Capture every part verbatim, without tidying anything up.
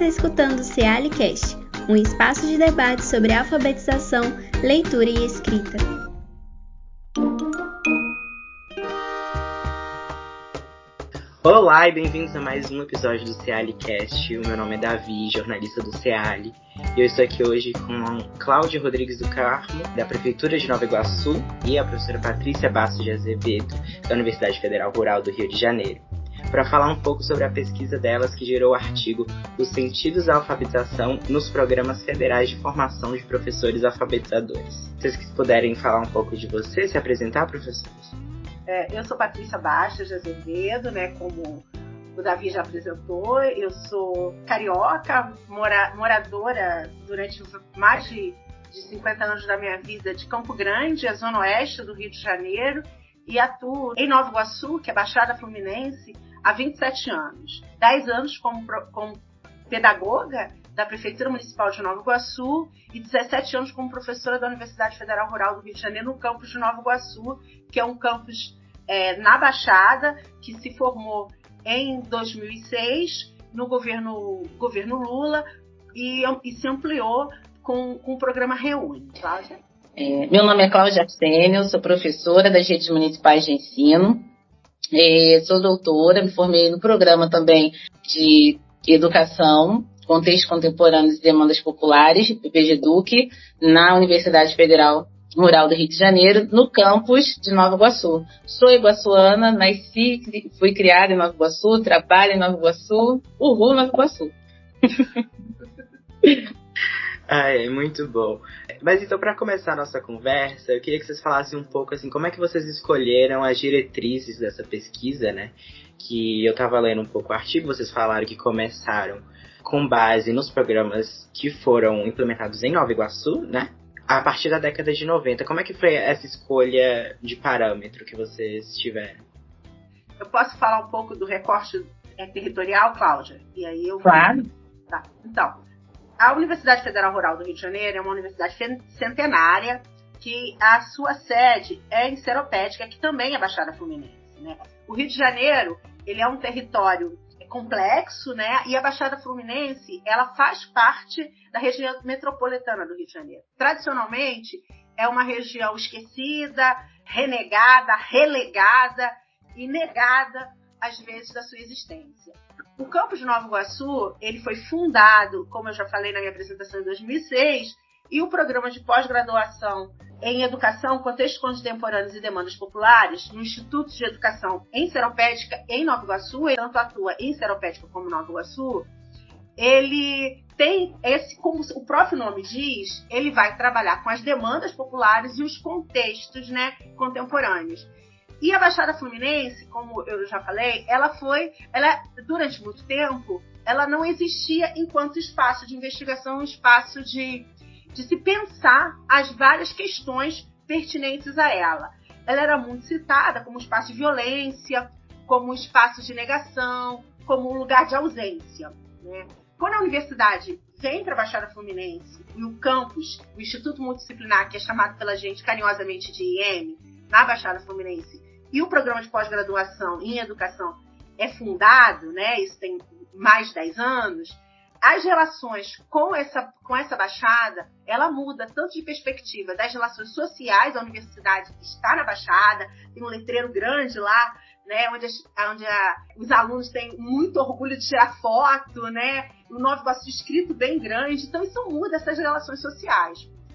está escutando o CealiCast, um espaço de debate sobre alfabetização, leitura e escrita. Olá e bem-vindos a mais um episódio do CealiCast. O meu nome é Davi, jornalista do Ceali. E eu estou aqui hoje com Cláudia Rodrigues do Carmo, da Prefeitura de Nova Iguaçu, e a professora Patrícia Bastos de Azevedo, da Universidade Federal Rural do Rio de Janeiro, para falar um pouco sobre a pesquisa delas que gerou o artigo Os Sentidos da Alfabetização nos Programas Federais de Formação de Professores Alfabetizadores. Se vocês puderem falar um pouco de você, se apresentar, professores. É, eu sou Patrícia Bastos de Azevedo, né, como o Davi já apresentou. Eu sou carioca, mora, moradora durante mais de, de cinquenta anos da minha vida de Campo Grande, a zona oeste do Rio de Janeiro, e atuo em Nova Iguaçu, que é Baixada Fluminense, há vinte e sete anos. dez anos como, como pedagoga da Prefeitura Municipal de Nova Iguaçu e dezessete anos como professora da Universidade Federal Rural do Rio de Janeiro no campus de Nova Iguaçu, que é um campus é, na Baixada, que se formou em dois mil e seis no governo, governo Lula e, e se ampliou com, com o programa Reúne. Cláudia? É, meu nome é Cláudia Arsênio, eu sou professora das redes municipais de ensino, é, sou doutora, me formei no programa também de educação, contextos contemporâneos e demandas populares, P P G Duque, na Universidade Federal Rural do Rio de Janeiro, no campus de Nova Iguaçu. Sou iguaçuana, nasci, fui criada em Nova Iguaçu, trabalho em Nova Iguaçu, uhul, Nova Iguaçu. Ai, muito bom. Mas então, para começar a nossa conversa, eu queria que vocês falassem um pouco assim, como é que vocês escolheram as diretrizes dessa pesquisa, né? Que eu estava lendo um pouco o artigo, vocês falaram que começaram com base nos programas que foram implementados em Nova Iguaçu, né? A partir da década de noventa. Como é que foi essa escolha de parâmetro que vocês tiveram? Eu posso falar um pouco do recorte é, territorial, Cláudia? E aí eu... Claro. Tá. Então, a Universidade Federal Rural do Rio de Janeiro é uma universidade centenária que a sua sede é em Seropédica, que também é Baixada Fluminense, né? O Rio de Janeiro, ele é um território complexo, né? E a Baixada Fluminense, ela faz parte da região metropolitana do Rio de Janeiro. Tradicionalmente, é uma região esquecida, renegada, relegada e negada, às vezes, da sua existência. O campus de Nova Iguaçu, ele foi fundado, como eu já falei na minha apresentação, em dois mil e seis, e o programa de pós-graduação em Educação, Contextos Contemporâneos e Demandas Populares, no Instituto de Educação em Seropédica, em Nova Iguaçu, ele tanto atua em Seropédica como Nova Iguaçu, ele tem esse, como o próprio nome diz, ele vai trabalhar com as demandas populares e os contextos, né, contemporâneos. E a Baixada Fluminense, como eu já falei, ela foi, ela, durante muito tempo, ela não existia enquanto espaço de investigação, espaço de, de se pensar as várias questões pertinentes a ela. Ela era muito citada como espaço de violência, como espaço de negação, como um lugar de ausência, né? Quando a universidade vem para a Baixada Fluminense e o campus, o Instituto Multidisciplinar, que é chamado pela gente carinhosamente de I M, na Baixada Fluminense, e o programa de pós-graduação em educação é fundado, né, isso tem mais de dez anos, as relações com essa, com essa baixada, ela muda tanto de perspectiva das relações sociais, a universidade está na Baixada, tem um letreiro grande lá, né, onde, onde a, os alunos têm muito orgulho de tirar foto, né, o Nova Iguaçu escrito bem grande, então isso muda essas relações sociais.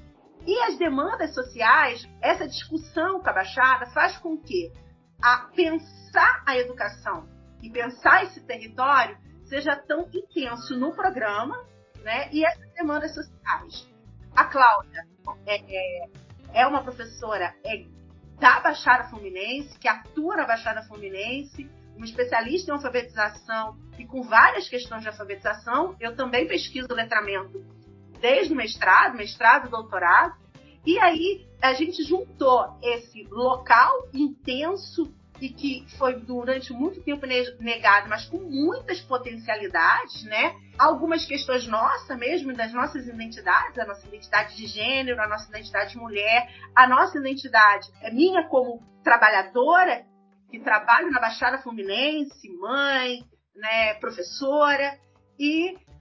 E as demandas sociais, essa discussão com a Baixada faz com que a pensar a educação e pensar esse território seja tão intenso no programa, né, e as demandas sociais. A Cláudia é, é, é uma professora é, da Baixada Fluminense, que atua na Baixada Fluminense, uma especialista em alfabetização e com várias questões de alfabetização. Eu também pesquiso letramento desde o mestrado, mestrado e doutorado. E aí a gente juntou esse local intenso e que foi durante muito tempo negado, mas com muitas potencialidades, né? Algumas questões nossas mesmo, das nossas identidades, a nossa identidade de gênero, a nossa identidade de mulher, a nossa identidade, é minha como trabalhadora, que trabalho na Baixada Fluminense, mãe, né, professora, e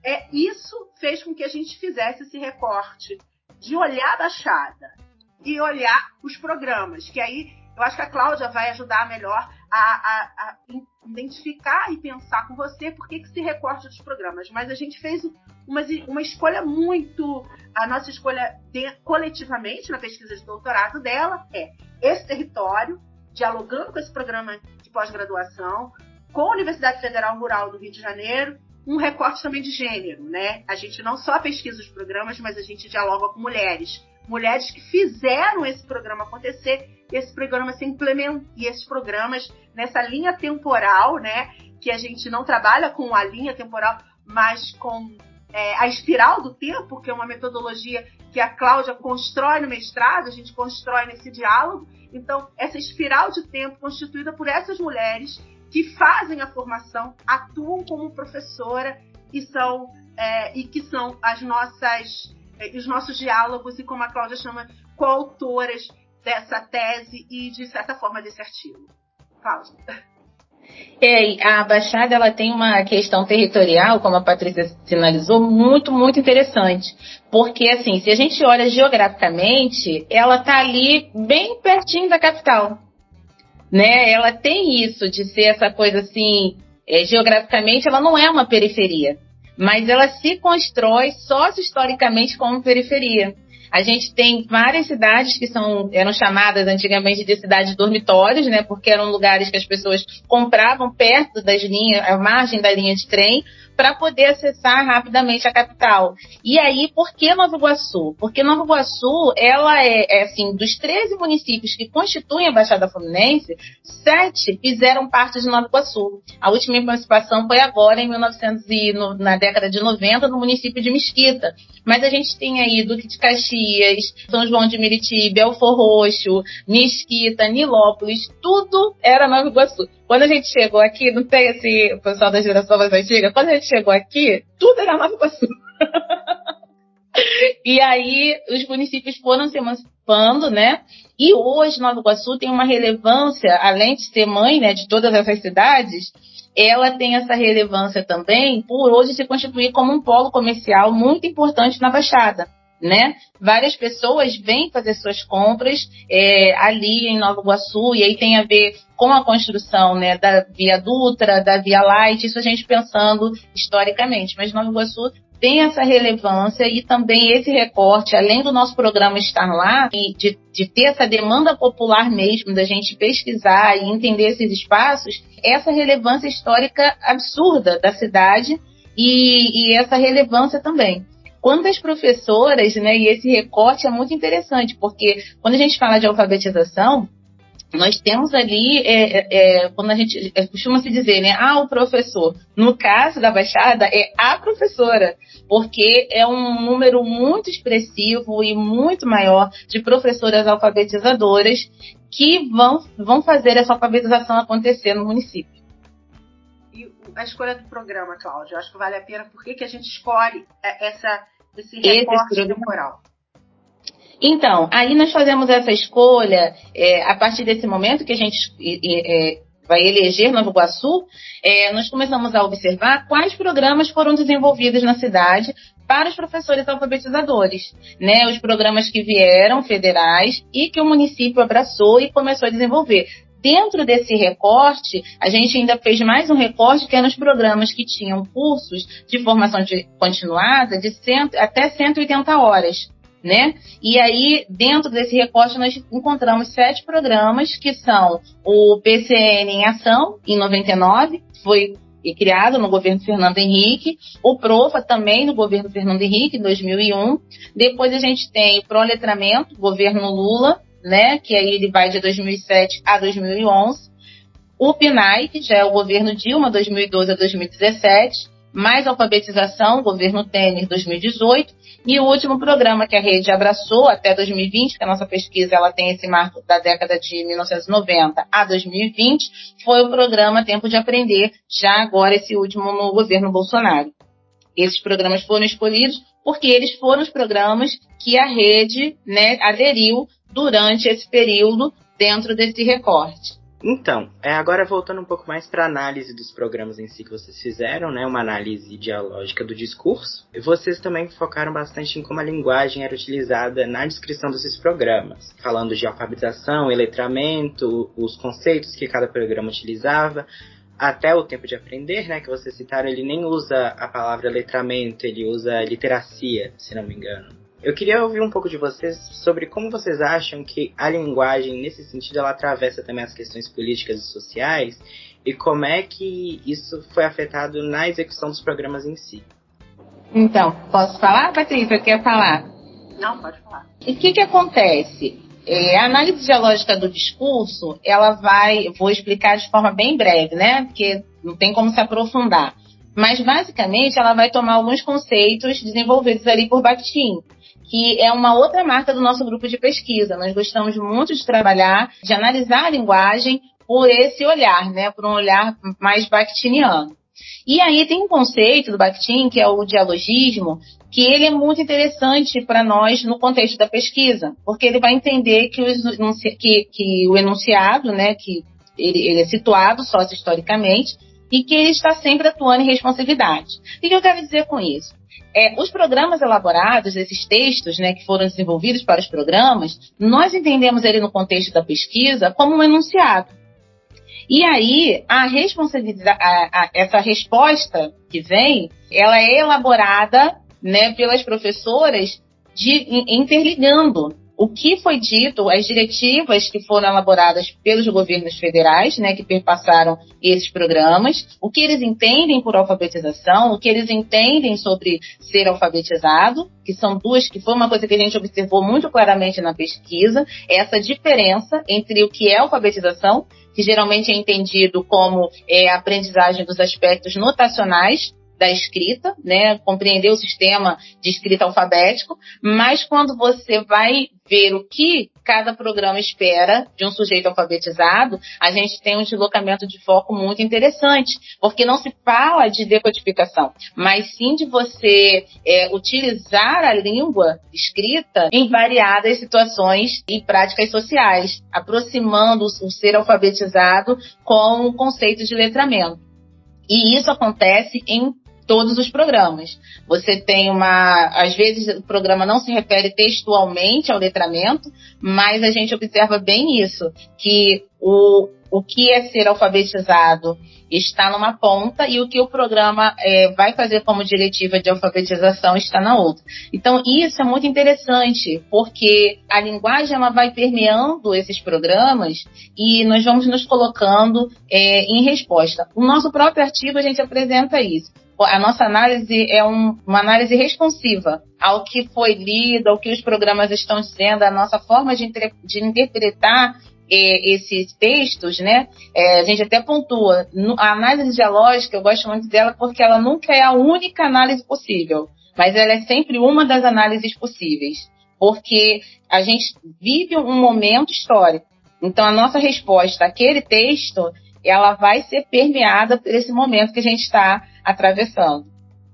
é, isso fez com que a gente fizesse esse recorte de olhar a Baixada e olhar os programas, que aí eu acho que a Cláudia vai ajudar melhor a, a, a identificar e pensar com você por que esse recorte dos programas. Mas a gente fez uma, uma escolha muito... A nossa escolha de, coletivamente na pesquisa de doutorado dela é esse território, dialogando com esse programa de pós-graduação, com a Universidade Federal Rural do Rio de Janeiro, um recorte também de gênero, né? A gente não só pesquisa os programas, mas a gente dialoga com mulheres. Mulheres que fizeram esse programa acontecer, e esse programa se implementa, e esses programas nessa linha temporal, né? Que a gente não trabalha com a linha temporal, mas com é, a espiral do tempo, que é uma metodologia que a Cláudia constrói no mestrado, a gente constrói nesse diálogo. Então, essa espiral de tempo constituída por essas mulheres que fazem a formação, atuam como professora e, são, é, e que são as nossas, é, os nossos diálogos e, como a Cláudia chama, coautoras dessa tese e, de certa forma, desse artigo. Cláudia. É, a Baixada ela tem uma questão territorial, como a Patrícia sinalizou, muito, muito interessante. Porque, assim, se a gente olha geograficamente, ela está ali bem pertinho da capital. Né? Ela tem isso de ser essa coisa assim, é, geograficamente ela não é uma periferia, mas ela se constrói socio-historicamente como periferia. A gente tem várias cidades que são, eram chamadas antigamente de cidades dormitórios, né? Porque eram lugares que as pessoas compravam perto das linhas, à margem da linha de trem, para poder acessar rapidamente a capital. E aí, por que Nova Iguaçu? Porque Nova Iguaçu, ela é, é assim, dos treze municípios que constituem a Baixada Fluminense, sete fizeram parte de Nova Iguaçu. A última emancipação foi agora, em mil e novecentos e no, na década de noventa, no município de Mesquita. Mas a gente tem aí Duque de Caxias, São João de Meriti, Belfor Roxo, Mesquita, Nilópolis, tudo era Nova Iguaçu. Quando a gente chegou aqui, não tem esse, o pessoal da geração mais antiga, quando a gente chegou aqui, tudo era Nova Iguaçu. E aí os municípios foram se emancipando, né? E hoje Nova Iguaçu tem uma relevância, além de ser mãe, né, de todas essas cidades, ela tem essa relevância também por hoje se constituir como um polo comercial muito importante na Baixada, né? Várias pessoas vêm fazer suas compras é, ali em Nova Iguaçu, e aí tem a ver com a construção, né, da Via Dutra, da Via Light, isso a gente pensando historicamente, mas Nova Iguaçu tem essa relevância e também esse recorte, além do nosso programa estar lá, e de, de ter essa demanda popular mesmo, da gente pesquisar e entender esses espaços, essa relevância histórica absurda da cidade e, e essa relevância também. Quanto às professoras, né, e esse recorte é muito interessante, porque quando a gente fala de alfabetização, nós temos ali, é, é, quando a gente é, costuma se dizer, né, ah, o professor. No caso da Baixada, é a professora, porque é um número muito expressivo e muito maior de professoras alfabetizadoras que vão, vão fazer essa alfabetização acontecer no município. E a escolha do programa, Cláudia, eu acho que vale a pena. Por que, que a gente escolhe essa, esse recorte esse temporal? Então, aí nós fazemos essa escolha é, a partir desse momento que a gente é, vai eleger Nova Iguaçu, é, nós começamos a observar quais programas foram desenvolvidos na cidade para os professores alfabetizadores, né? Os programas que vieram, federais, e que o município abraçou e começou a desenvolver. Dentro desse recorte, a gente ainda fez mais um recorte que é nos programas que tinham cursos de formação de, continuada de cento, até cento e oitenta horas. Né? E aí, dentro desse recorte, nós encontramos sete programas, que são o P C N em Ação, em noventa e nove, foi criado no governo Fernando Henrique, o PROFA também no governo Fernando Henrique, em dois mil e um, depois a gente tem o Proletramento, governo Lula, né? Que aí ele vai de dois mil e sete a dois mil e onze, o PNAE, que já é o governo Dilma, dois mil e doze a dois mil e dezessete, mais alfabetização, governo Temer, dois mil e dezoito, e o último programa que a rede abraçou até dois mil e vinte, que a nossa pesquisa ela tem esse marco da década de mil novecentos e noventa a dois mil e vinte, foi o programa Tempo de Aprender, já agora esse último no governo Bolsonaro. Esses programas foram escolhidos porque eles foram os programas que a rede, né, aderiu durante esse período dentro desse recorte. Então, é, agora voltando um pouco mais para a análise dos programas em si que vocês fizeram, né, uma análise dialógica do discurso, e vocês também focaram bastante em como a linguagem era utilizada na descrição desses programas, falando de alfabetização e letramento, os conceitos que cada programa utilizava, até o tempo de aprender, né, que vocês citaram, ele nem usa a palavra letramento, ele usa literacia, se não me engano. Eu queria ouvir um pouco de vocês sobre como vocês acham que a linguagem, nesse sentido, ela atravessa também as questões políticas e sociais, e como é que isso foi afetado na execução dos programas em si. Então, posso falar, Patrícia? Quer falar? Não, pode falar. E o que que acontece? É, a análise dialógica do discurso, ela vai, vou explicar de forma bem breve, né? Porque não tem como se aprofundar. Mas, basicamente, ela vai tomar alguns conceitos desenvolvidos ali por Bakhtin, que é uma outra marca do nosso grupo de pesquisa. Nós gostamos muito de trabalhar, de analisar a linguagem por esse olhar, né? Por um olhar mais bakhtiniano. E aí tem um conceito do Bakhtin, que é o dialogismo, que ele é muito interessante para nós no contexto da pesquisa, porque ele vai entender que o, que, que o enunciado, né, que ele, ele é situado sócio-historicamente, e que ele está sempre atuando em responsividade. O que eu quero dizer com isso? É, os programas elaborados, esses textos, né, que foram desenvolvidos para os programas, nós entendemos ele no contexto da pesquisa como um enunciado. E aí, a responsabilidade, a, a, essa resposta que vem, ela é elaborada, né, pelas professoras de, interligando o que foi dito, as diretivas que foram elaboradas pelos governos federais, né, que perpassaram esses programas, o que eles entendem por alfabetização, o que eles entendem sobre ser alfabetizado, que são duas, que foi uma coisa que a gente observou muito claramente na pesquisa, essa diferença entre o que é alfabetização, que geralmente é entendido como é, a aprendizagem dos aspectos notacionais da escrita, né, compreender o sistema de escrita alfabético, mas quando você vai ver o que cada programa espera de um sujeito alfabetizado, a gente tem um deslocamento de foco muito interessante, porque não se fala de decodificação, mas sim de você é, utilizar a língua escrita em variadas situações e práticas sociais, aproximando o ser alfabetizado com o conceito de letramento. E isso acontece em todos os programas. Você tem uma... Às vezes o programa não se refere textualmente ao letramento, mas a gente observa bem isso, que o, o que é ser alfabetizado está numa ponta e o que o programa é, vai fazer como diretiva de alfabetização está na outra. Então, isso é muito interessante, porque a linguagem ela vai permeando esses programas e nós vamos nos colocando é, em resposta. O nosso próprio artigo, a gente apresenta isso. A nossa análise é um, uma análise responsiva ao que foi lido, ao que os programas estão dizendo, a nossa forma de, inter, de interpretar eh, esses textos, né? Eh, a gente até pontua. A análise dialógica, eu gosto muito dela porque ela nunca é a única análise possível, mas ela é sempre uma das análises possíveis, porque a gente vive um momento histórico. Então, a nossa resposta àquele texto, ela vai ser permeada por esse momento que a gente está atravessando.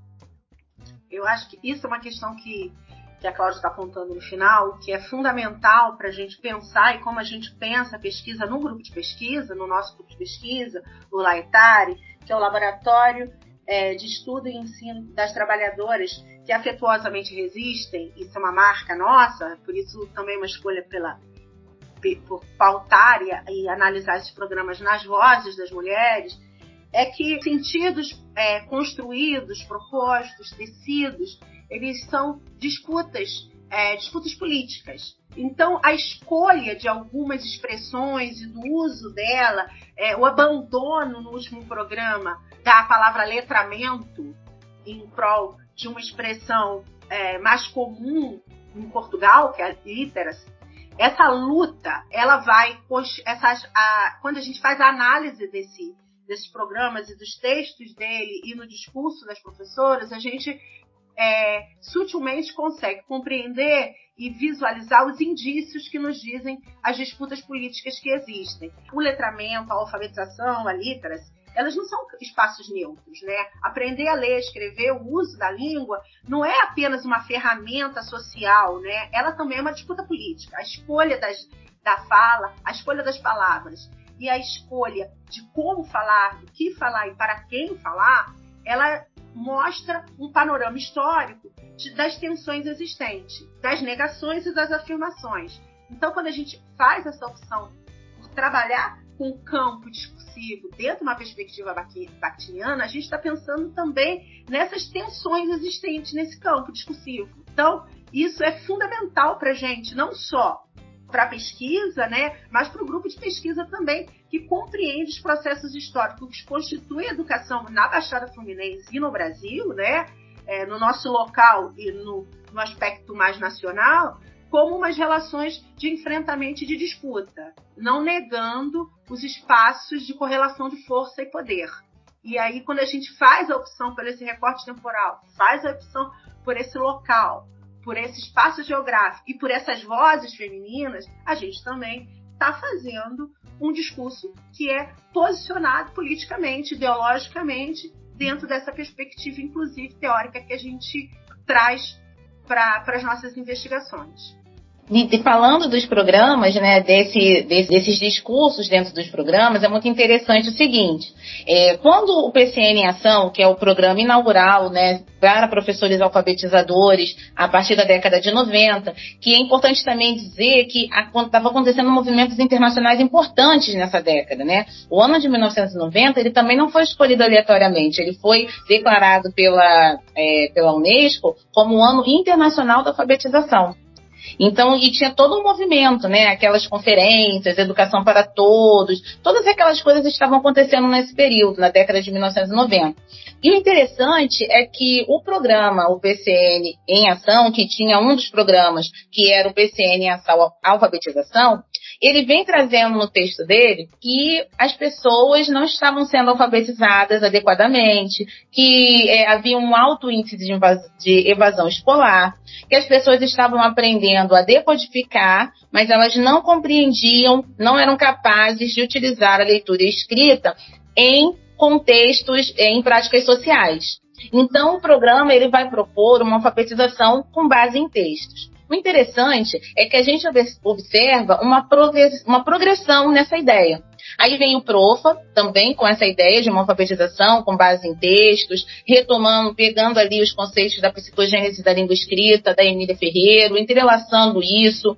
Eu acho que isso é uma questão que, que a Cláudia está apontando no final, que é fundamental para a gente pensar e como a gente pensa a pesquisa no grupo de pesquisa, no nosso grupo de pesquisa, o LAETARE, que é o Laboratório é, de Estudo e Ensino das Trabalhadoras que Afetuosamente Resistem. Isso é uma marca nossa, por isso também uma escolha pela, por pautar e, e analisar esses programas nas vozes das mulheres. É que sentidos é, construídos, propostos, tecidos, eles são disputas, é, disputas políticas. Então, a escolha de algumas expressões e do uso dela, é, o abandono no último programa da palavra letramento em prol de uma expressão é, mais comum em Portugal, que é a literacy, essa luta, ela vai, essas, a, quando a gente faz a análise desse desses programas e dos textos dele e no discurso das professoras, a gente é, sutilmente consegue compreender e visualizar os indícios que nos dizem as disputas políticas que existem. O letramento, a alfabetização, a literacy, elas não são espaços neutros, né? Aprender a ler, escrever, o uso da língua não é apenas uma ferramenta social, né? Ela também é uma disputa política. A escolha das, da fala, a escolha das palavras. e a escolha de como falar, o que falar e para quem falar, ela mostra um panorama histórico de, das tensões existentes, das negações e das afirmações. Então, quando a gente faz essa opção por trabalhar com o campo discursivo dentro de uma perspectiva bakhtiniana, a gente está pensando também nessas tensões existentes nesse campo discursivo. Então, isso é fundamental para a gente, não só para a pesquisa, né, mas para o grupo de pesquisa também, que compreende os processos históricos que constituem a educação na Baixada Fluminense e no Brasil, né, é, no nosso local e no, no aspecto mais nacional, como umas relações de enfrentamento e de disputa, não negando os espaços de correlação de força e poder. E aí, quando a gente faz a opção por esse recorte temporal, faz a opção por esse local, por esse espaço geográfico e por essas vozes femininas, a gente também está fazendo um discurso que é posicionado politicamente, ideologicamente, dentro dessa perspectiva, inclusive teórica, que a gente traz para as nossas investigações. E, e falando dos programas, né, desse, desse, desses discursos dentro dos programas, é muito interessante o seguinte, é, quando o P C N em Ação, que é o programa inaugural, né, para professores alfabetizadores, a partir da década de noventa, que é importante também dizer que estava acontecendo movimentos internacionais importantes nessa década, né? O ano de mil novecentos e noventa, ele também não foi escolhido aleatoriamente, ele foi declarado pela, é, pela Unesco como o Ano Internacional da Alfabetização. Então, e tinha todo um movimento, né? Aquelas conferências, educação para todos, todas aquelas coisas estavam acontecendo nesse período, na década de mil novecentos e noventa. E o interessante é que o programa, o P C N em Ação, que tinha um dos programas, que era o P C N em Ação Alfabetização, ele vem trazendo no texto dele que as pessoas não estavam sendo alfabetizadas adequadamente, que é, havia um alto índice de, invas- de evasão escolar, que as pessoas estavam aprendendo a decodificar, mas elas não compreendiam, não eram capazes de utilizar a leitura e a escrita em contextos, em práticas sociais. Então, o programa ele vai propor uma alfabetização com base em textos. O interessante é que a gente observa uma, progress, uma progressão nessa ideia. Aí vem o Profa, também com essa ideia de uma alfabetização com base em textos, retomando, pegando ali os conceitos da psicogênese da língua escrita, da Emília Ferreiro, entrelaçando isso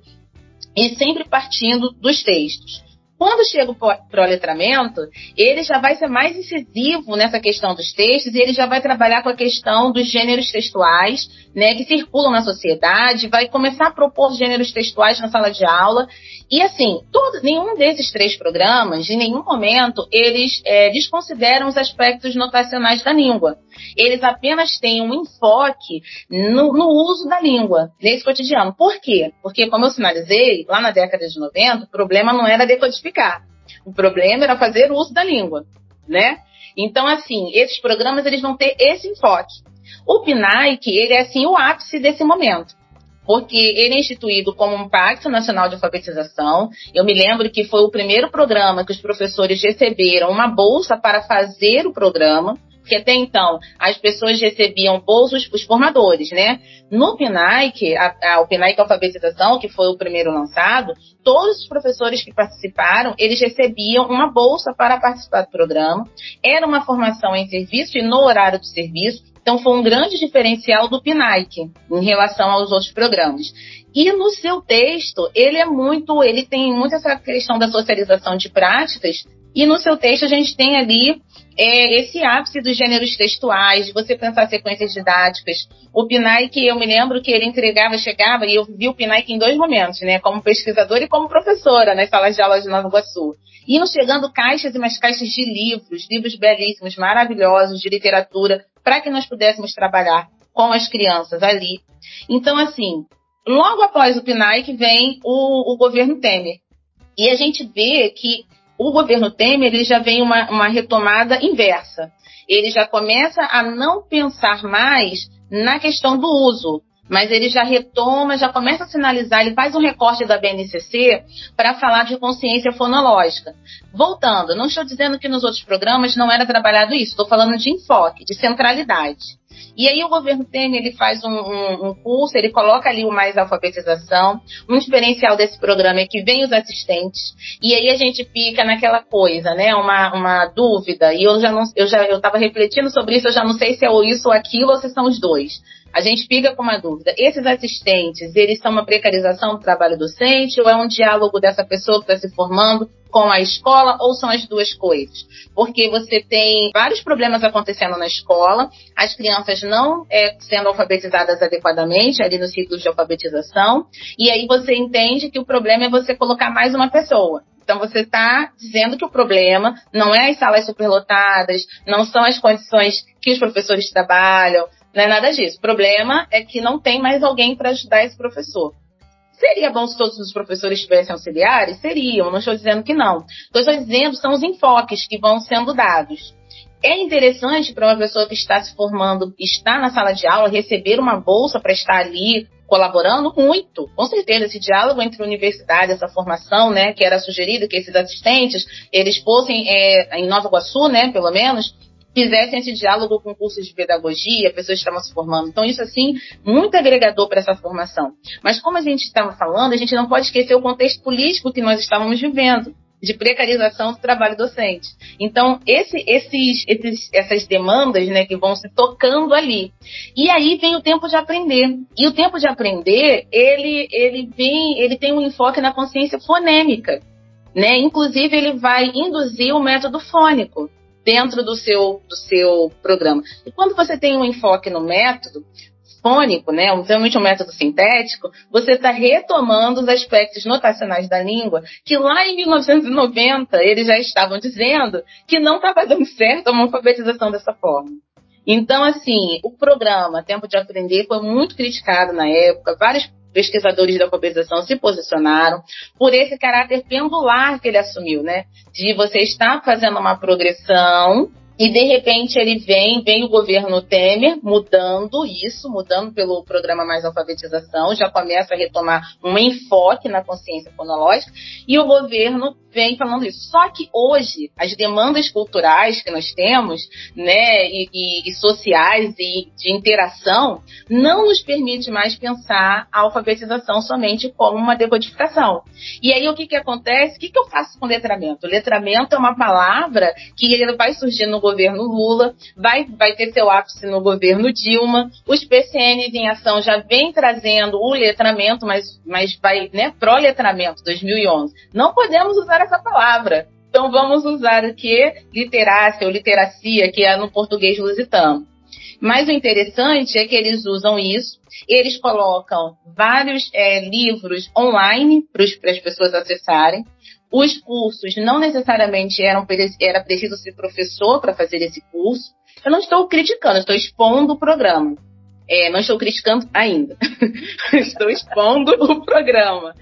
e sempre partindo dos textos. Quando chega o proletramento, ele já vai ser mais incisivo nessa questão dos textos e ele já vai trabalhar com a questão dos gêneros textuais, né, que circulam na sociedade, vai começar a propor gêneros textuais na sala de aula. E assim, todo, nenhum desses três programas, em nenhum momento, eles é, desconsideram os aspectos notacionais da língua. Eles apenas têm um enfoque no, no uso da língua, nesse cotidiano. Por quê? Porque, como eu sinalizei, lá na década de noventa, o problema não era decodificar. O problema era fazer uso da língua, né? Então, assim, esses programas, eles vão ter esse enfoque. O P N A I C, ele é, assim, o ápice desse momento, porque ele é instituído como um Pacto Nacional de Alfabetização. Eu me lembro que foi o primeiro programa que os professores receberam uma bolsa para fazer o programa, porque até então as pessoas recebiam bolsas, os formadores, né? No P N A I C, a, a, o P N A I C Alfabetização, que foi o primeiro lançado, todos os professores que participaram, eles recebiam uma bolsa para participar do programa. Era uma formação em serviço e no horário do serviço. Então, foi um grande diferencial do P N A I C em relação aos outros programas. E no seu texto, ele é muito, ele tem muito essa questão da socialização de práticas, e no seu texto a gente tem ali é, esse ápice dos gêneros textuais, de você pensar sequências didáticas. O P N A I C, eu me lembro que ele entregava, chegava, e eu vi o P N A I C em dois momentos, né, como pesquisadora e como professora nas salas de aula de Nova Iguaçu. Iam chegando caixas e mais caixas de livros, livros belíssimos, maravilhosos, de literatura, para que nós pudéssemos trabalhar com as crianças ali. Então, assim, logo após o P N A I C vem o, o governo Temer. E a gente vê que o governo Temer ele já vem uma, uma retomada inversa. Ele já começa a não pensar mais na questão do uso, mas ele já retoma, já começa a sinalizar, ele faz um recorte da B N C C para falar de consciência fonológica. Voltando, não estou dizendo que nos outros programas não era trabalhado isso, estou falando de enfoque, de centralidade. E aí o governo Temer, ele faz um, um, um curso, ele coloca ali o Mais Alfabetização. Um diferencial desse programa é que vem os assistentes, e aí a gente fica naquela coisa, né, uma, uma dúvida, e eu já não, eu já, eu estava refletindo sobre isso, eu já não sei se é ou isso ou aquilo, ou se são os dois. A gente fica com uma dúvida. Esses assistentes, eles são uma precarização do trabalho docente, ou é um diálogo dessa pessoa que está se formando com a escola, ou são as duas coisas? Porque você tem vários problemas acontecendo na escola, as crianças não é, sendo alfabetizadas adequadamente ali nos ciclos de alfabetização, e aí você entende que o problema é você colocar mais uma pessoa. Então você está dizendo que o problema não é as salas superlotadas, não são as condições que os professores trabalham, não é nada disso. O problema é que não tem mais alguém para ajudar esse professor. Seria bom se todos os professores tivessem auxiliares? Seriam, não estou dizendo que não. Estou dizendo são os enfoques que vão sendo dados. É interessante para uma pessoa que está se formando, estar na sala de aula, receber uma bolsa para estar ali colaborando? Muito. Com certeza, esse diálogo entre a universidade, essa formação, né, que era sugerido que esses assistentes, eles fossem é, em Nova Iguaçu, né, pelo menos, fizessem esse diálogo com cursos de pedagogia, pessoas que estavam se formando. Então, isso, assim, muito agregador para essa formação. Mas, como a gente estava falando, a gente não pode esquecer o contexto político que nós estávamos vivendo, de precarização do trabalho docente. Então, esse, esses, esses, essas demandas, né, que vão se tocando ali. E aí vem o tempo de aprender. E o tempo de aprender, ele, ele, vem, ele tem um enfoque na consciência fonêmica, né? Inclusive, ele vai induzir o método fônico dentro do seu, do seu programa. E quando você tem um enfoque no método fônico, né, realmente um método sintético, você está retomando os aspectos notacionais da língua, que lá em mil novecentos e noventa eles já estavam dizendo que não estava dando certo uma alfabetização dessa forma. Então, assim, o programa Tempo de Aprender foi muito criticado na época, vários pesquisadores da alfabetização se posicionaram por esse caráter pendular que ele assumiu, né? De você estar fazendo uma progressão e, de repente, ele vem, vem o governo Temer mudando isso, mudando pelo programa Mais Alfabetização, já começa a retomar um enfoque na consciência fonológica, e o governo vem falando isso. Só que hoje, as demandas culturais que nós temos, né, e, e, e sociais e de interação, não nos permite mais pensar a alfabetização somente como uma decodificação. E aí, o que que acontece? O que que eu faço com letramento? O letramento é uma palavra que ele vai surgir no governo Lula, vai, vai ter seu ápice no governo Dilma, os P C Ns em ação já vem trazendo o letramento, mas, mas vai, né, pró-letramento, dois mil e onze. Não podemos usar essa palavra. Então vamos usar o que? Literácia ou literacia, que é no português lusitano. Mas o interessante é que eles usam isso, eles colocam vários é, livros online para as pessoas acessarem. Os cursos não necessariamente eram, era preciso ser professor para fazer esse curso. Eu não estou criticando, estou expondo o programa. É, não estou criticando ainda. Estou expondo o programa.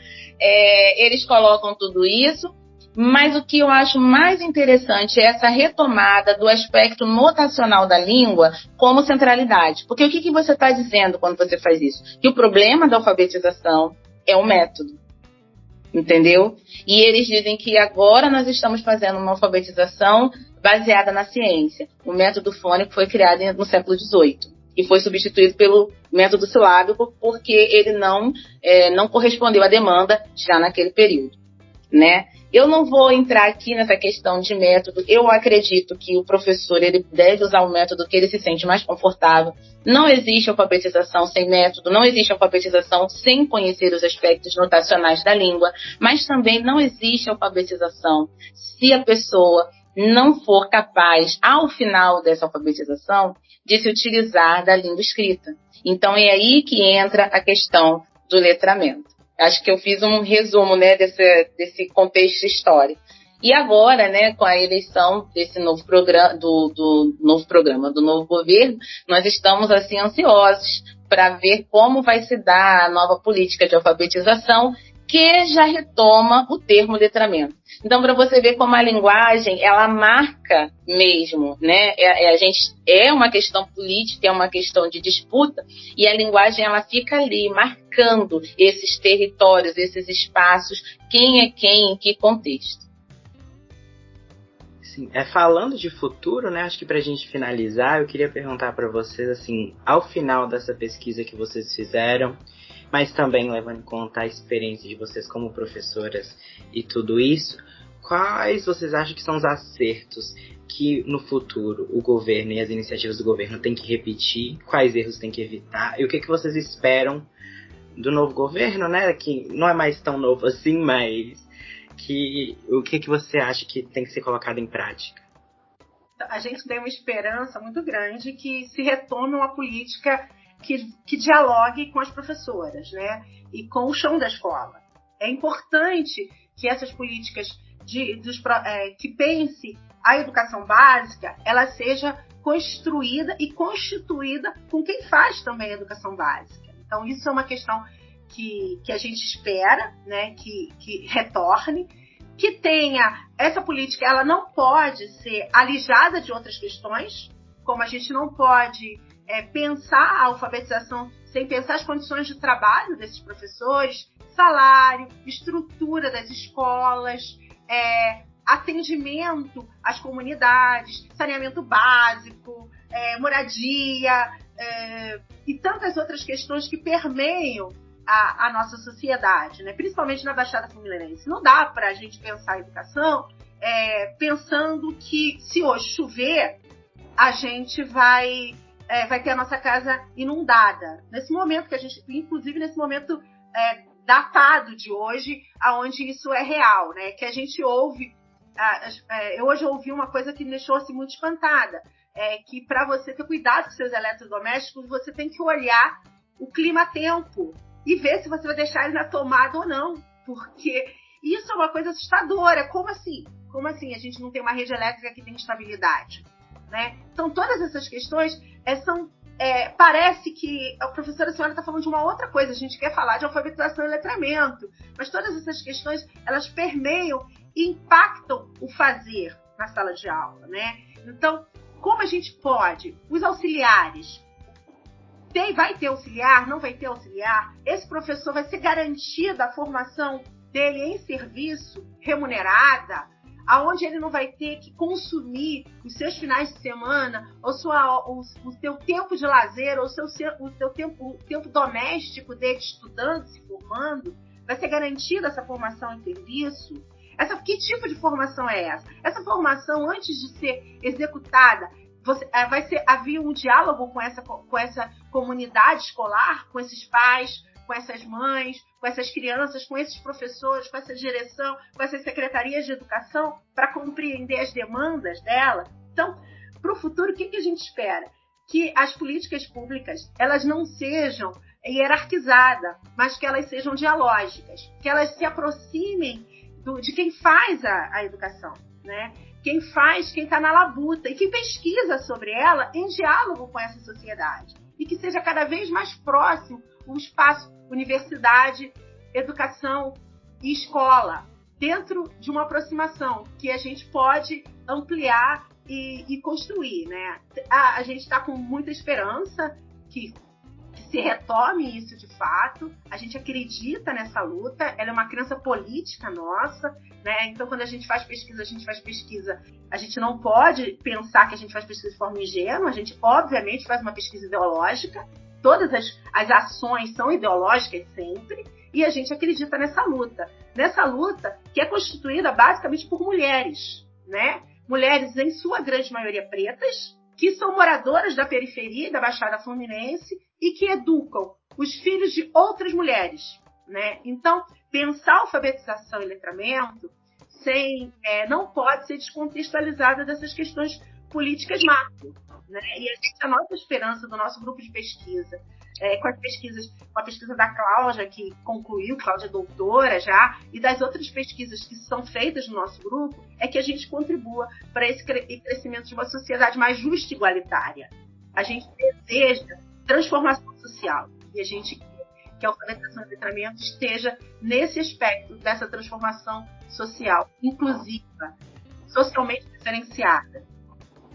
É, eles colocam tudo isso, mas o que eu acho mais interessante é essa retomada do aspecto notacional da língua como centralidade. Porque o que, que você está dizendo quando você faz isso? Que o problema da alfabetização é o método. Entendeu? E eles dizem que agora nós estamos fazendo uma alfabetização baseada na ciência. O método fônico foi criado no século dezoito e foi substituído pelo método silábico porque ele não, é, não correspondeu à demanda já naquele período, né? Eu não vou entrar aqui nessa questão de método. Eu acredito que o professor ele deve usar o método que ele se sente mais confortável. Não existe alfabetização sem método, não existe alfabetização sem conhecer os aspectos notacionais da língua, mas também não existe alfabetização se a pessoa não for capaz, ao final dessa alfabetização, de se utilizar da língua escrita. Então é aí que entra a questão do letramento. Acho que eu fiz um resumo, né, desse, desse contexto histórico. E agora, né, com a eleição desse novo programa, do, do novo programa, do novo governo, nós estamos assim ansiosos para ver como vai se dar a nova política de alfabetização, que já retoma o termo letramento. Então, para você ver como a linguagem, ela marca mesmo, né? É, é, a gente, é uma questão política, é uma questão de disputa, e a linguagem, ela fica ali, marcando esses territórios, esses espaços, quem é quem, em que contexto. Sim, é, falando de futuro, né, acho que pra gente finalizar, eu queria perguntar para vocês, assim, ao final dessa pesquisa que vocês fizeram, mas também levando em conta a experiência de vocês como professoras e tudo isso, quais vocês acham que são os acertos que no futuro o governo e as iniciativas do governo têm que repetir, quais erros têm que evitar, e o que, que vocês esperam do novo governo, né, que não é mais tão novo assim, mas que, o que, que você acha que tem que ser colocado em prática? A gente tem uma esperança muito grande que se retome uma política que, que dialogue com as professoras, né, e com o chão da escola. É importante que essas políticas de, dos, é, que pense a educação básica, ela seja construída e constituída com quem faz também a educação básica. Então, isso é uma questão que, que a gente espera, né, que, que retorne, que tenha essa política, ela não pode ser alijada de outras questões, como a gente não pode é, pensar a alfabetização sem pensar as condições de trabalho desses professores, salário, estrutura das escolas, é, atendimento às comunidades, saneamento básico, é, moradia, é, e tantas outras questões que permeiam a, a nossa sociedade, né? Principalmente na Baixada Fluminense. Não dá para a gente pensar a educação é, pensando que se hoje chover, a gente vai, é, vai ter a nossa casa inundada. Nesse momento que a gente, inclusive nesse momento é, datado de hoje, aonde isso é real, né? Que a gente ouve, é, eu hoje ouvi uma coisa que me deixou assim, muito espantada, é que para você ter cuidado com seus eletrodomésticos, você tem que olhar o clima-tempo e ver se você vai deixar ele na tomada ou não, porque isso é uma coisa assustadora. Como assim? Como assim a gente não tem uma rede elétrica que tem estabilidade? Né? Então, todas essas questões é, são... É, parece que a professora senhora está falando de uma outra coisa. A gente quer falar de alfabetização e letramento, mas todas essas questões, elas permeiam e impactam o fazer na sala de aula, né? Então, como a gente pode, os auxiliares, tem, vai ter auxiliar, não vai ter auxiliar, esse professor vai ser garantida a formação dele em serviço, remunerada, aonde ele não vai ter que consumir os seus finais de semana, ou sua, o, o seu tempo de lazer, ou seu, o seu tempo, o tempo doméstico dele estudando, se formando, vai ser garantida essa formação em serviço. Essa, que tipo de formação é essa? Essa formação, antes de ser executada, você, vai ser, havia um diálogo com essa, com essa comunidade escolar, com esses pais, com essas mães, com essas crianças, com esses professores, com essa direção, com essas secretarias de educação, para compreender as demandas dela. Então, para o futuro, o que, que a gente espera? Que as políticas públicas, elas não sejam hierarquizadas, mas que elas sejam dialógicas, que elas se aproximem do, de quem faz a, a educação, né? Quem faz, quem está na labuta e quem pesquisa sobre ela em diálogo com essa sociedade. E que seja cada vez mais próximo o espaço universidade, educação e escola, dentro de uma aproximação que a gente pode ampliar e, e construir, né? A, a gente está com muita esperança que, que se retome isso de fato. A gente acredita nessa luta, ela é uma crença política nossa, né? Então, quando a gente faz pesquisa, a gente faz pesquisa, a gente não pode pensar que a gente faz pesquisa de forma ingênua, a gente, obviamente, faz uma pesquisa ideológica, todas as, as ações são ideológicas sempre, e a gente acredita nessa luta, nessa luta que é constituída basicamente por mulheres, né? Mulheres, em sua grande maioria pretas, que são moradoras da periferia e da Baixada Fluminense e que educam os filhos de outras mulheres, né? Então, pensar alfabetização e letramento sem, é, não pode ser descontextualizada dessas questões políticas macro, né? E a, gente, a nossa esperança do nosso grupo de pesquisa, é, com as pesquisas, com a pesquisa da Cláudia, que concluiu, Cláudia é doutora já, e das outras pesquisas que são feitas no nosso grupo, é que a gente contribua para esse crescimento de uma sociedade mais justa e igualitária. A gente deseja transformação social e a gente quer que a alfabetização e letramento esteja nesse aspecto dessa transformação social, inclusiva, socialmente diferenciada.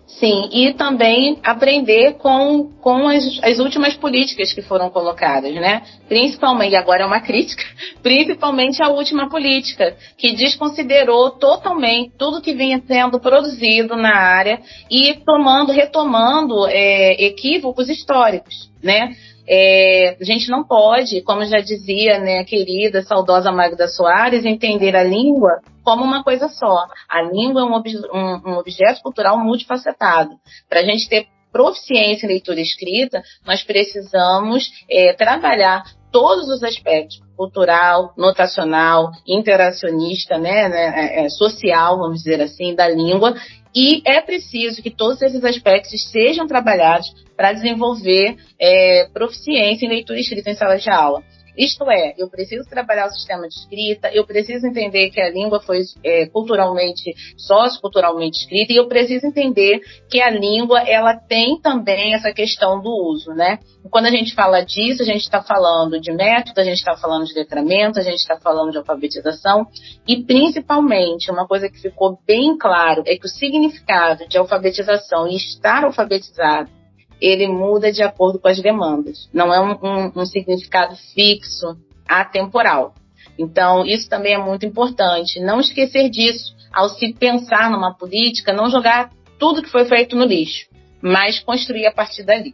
Sim, e também aprender com, com as, as últimas políticas que foram colocadas, né? Principalmente, agora é uma crítica, principalmente a última política, que desconsiderou totalmente tudo que vinha sendo produzido na área e tomando, retomando é, equívocos históricos, né? É, a gente não pode, como já dizia, né, a querida, saudosa Magda Soares, entender a língua como uma coisa só. A língua é um, ob- um, um objeto cultural multifacetado. Para a gente ter proficiência em leitura e escrita, nós precisamos é, trabalhar todos os aspectos, cultural, notacional, interacionista, né, né, é, social, vamos dizer assim, da língua, e é preciso que todos esses aspectos sejam trabalhados para desenvolver é, proficiência em leitura e escrita em sala de aula. Isto é, eu preciso trabalhar o sistema de escrita, eu preciso entender que a língua foi é, culturalmente, socioculturalmente escrita, e eu preciso entender que a língua, ela tem também essa questão do uso, né? Quando a gente fala disso, a gente está falando de método, a gente está falando de letramento, a gente está falando de alfabetização, e principalmente, uma coisa que ficou bem claro é que o significado de alfabetização e estar alfabetizado, ele muda de acordo com as demandas. Não é um, um, um significado fixo, atemporal. Então, isso também é muito importante. Não esquecer disso. Ao se pensar numa política, não jogar tudo que foi feito no lixo, mas construir a partir dali.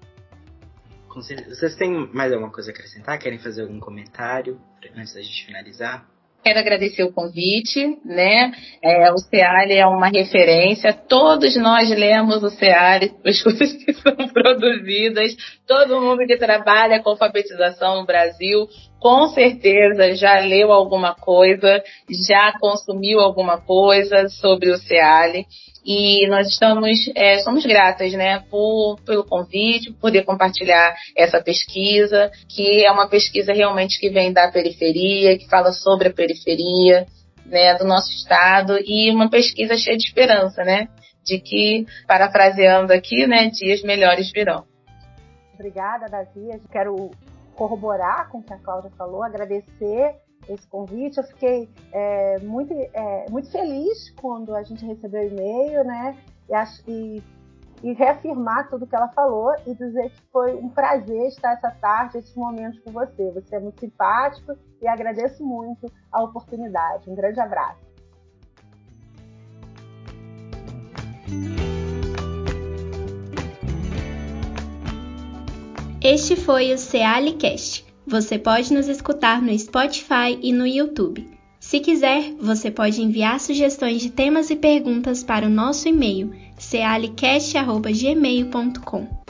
Vocês têm mais alguma coisa a acrescentar? Querem fazer algum comentário antes da gente finalizar? Quero agradecer o convite, né? É, o SEALI é uma referência, todos nós lemos o SEALI, as coisas que são produzidas, todo mundo que trabalha com alfabetização no Brasil, com certeza já leu alguma coisa, já consumiu alguma coisa sobre o SEALI. E nós estamos, é, somos gratas, né, por, pelo convite, por poder compartilhar essa pesquisa, que é uma pesquisa realmente que vem da periferia, que fala sobre a periferia, né, do nosso estado, e uma pesquisa cheia de esperança, né, de que, parafraseando aqui, né, dias melhores virão. Obrigada, Davi. Eu quero corroborar com o que a Cláudia falou, agradecer esse convite. Eu fiquei é, muito, é, muito feliz quando a gente recebeu o e-mail, né? E, acho, e, e reafirmar tudo que ela falou e dizer que foi um prazer estar essa tarde, esses momentos com você. Você é muito simpático e agradeço muito a oportunidade. Um grande abraço. Este foi o SEALIcast. Você pode nos escutar no Spotify e no YouTube. Se quiser, você pode enviar sugestões de temas e perguntas para o nosso e-mail sealicast arroba gmail ponto com.